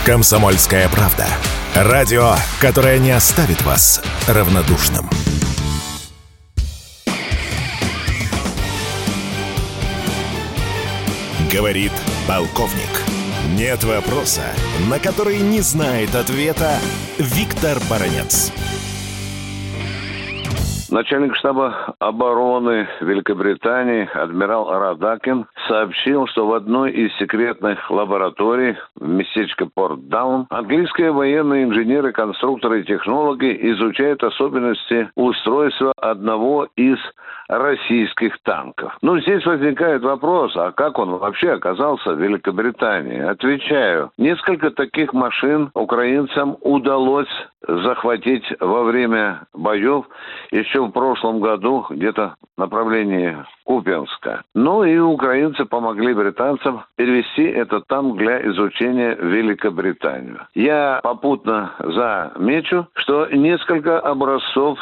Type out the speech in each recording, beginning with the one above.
«Комсомольская правда». Радио, которое не оставит вас равнодушным. Говорит полковник. Нет вопроса, на который не знает ответа Виктор Баранец. Начальник штаба обороны Великобритании адмирал Радакин сообщил, что в одной из секретных лабораторий в местечке Портдаун английские военные инженеры, конструкторы и технологи изучают особенности устройства одного из российских танков. Здесь возникает вопрос, а как он вообще оказался в Великобритании? Отвечаю, несколько таких машин украинцам удалось захватить во время боев еще в прошлом году, где-то в направлении Купянска. И украинцы помогли британцам перевести этот танк для изучения в Великобританию. Я попутно замечу, что несколько образцов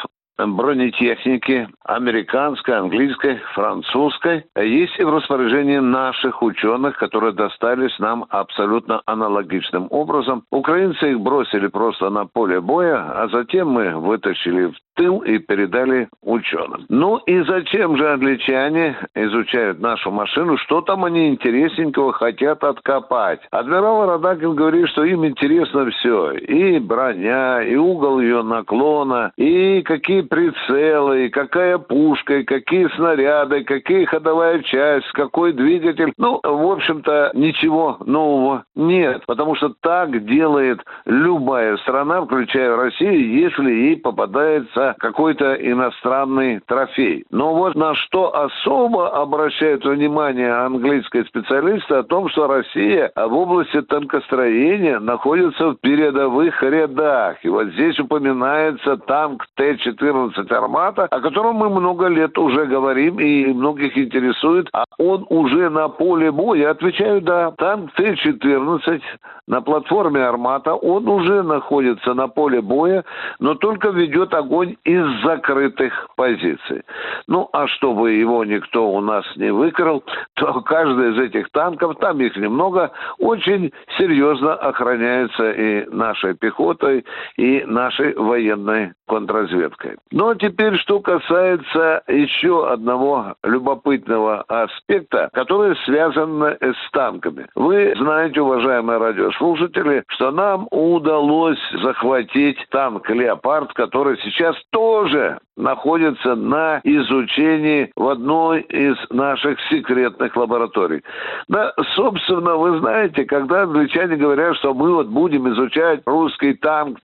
бронетехники американской, английской, французской есть и в распоряжении наших ученых, которые достались нам абсолютно аналогичным образом. Украинцы их бросили просто на поле боя, а затем мы вытащили в тыл и передали ученым. И зачем же англичане изучают нашу машину? Что там они интересненького хотят откопать? Адмирал Радакин говорит, что им интересно все. И броня, и угол ее наклона, и какие прицелы, и какая пушка, и какие снаряды, какие ходовая часть, какой двигатель. В общем-то, ничего нового нет. Потому что так делает любая страна, включая Россию, если ей попадается какой-то иностранный трофей. Но вот на что особо обращают внимание английские специалисты, о том, что Россия в области танкостроения находится в передовых рядах. И вот здесь упоминается танк Т-14 «Армата», о котором мы много лет уже говорим и многих интересует, а он уже на поле боя. Отвечаю, да, танк Т-14 на платформе «Армата», он уже находится на поле боя, но только ведет огонь из закрытых позиций. А чтобы его никто у нас не выкрал, то каждый из этих танков, там их немного, очень серьезно охраняется и нашей пехотой, и нашей военной контрразведкой. Теперь, что касается еще одного любопытного аспекта, который связан с танками. Вы знаете, уважаемые радиослушатели, что нам удалось захватить танк «Леопард», который сейчас тоже находится на изучении в одной из наших секретных лабораторий. Собственно, вы знаете, когда англичане говорят, что мы будем изучать русский танк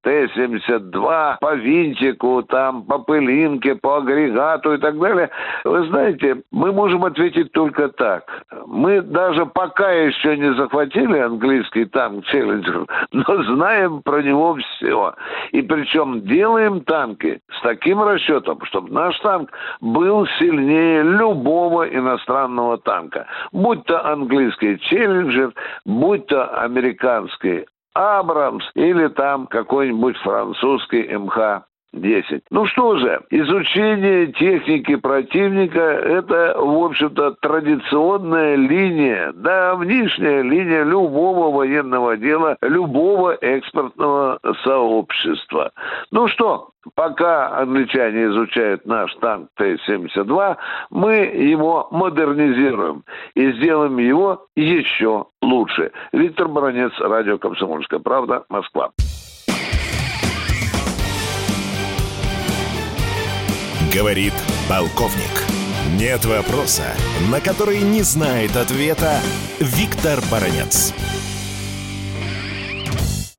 Т-72 по винтику, по пылинке, по агрегату и так далее, вы знаете, мы можем ответить только так. Мы даже пока еще не захватили английский танк «Челленджер», но знаем про него все. И причем делаем танки с таким расчетом, чтобы наш танк был сильнее любого иностранного танка. Будь то английский «Челленджер», будь то американский «Абрамс» или какой-нибудь французский МХ-10. Что же, изучение техники противника – это, в общем-то, традиционная линия, давнишняя линия любого военного дела, любого экспортного сообщества. Пока англичане изучают наш танк Т-72, мы его модернизируем и сделаем его еще лучше. Виктор Баранец, радио «Комсомольская правда», Москва. Говорит полковник. Нет вопроса, на который не знает ответа Виктор Баранец.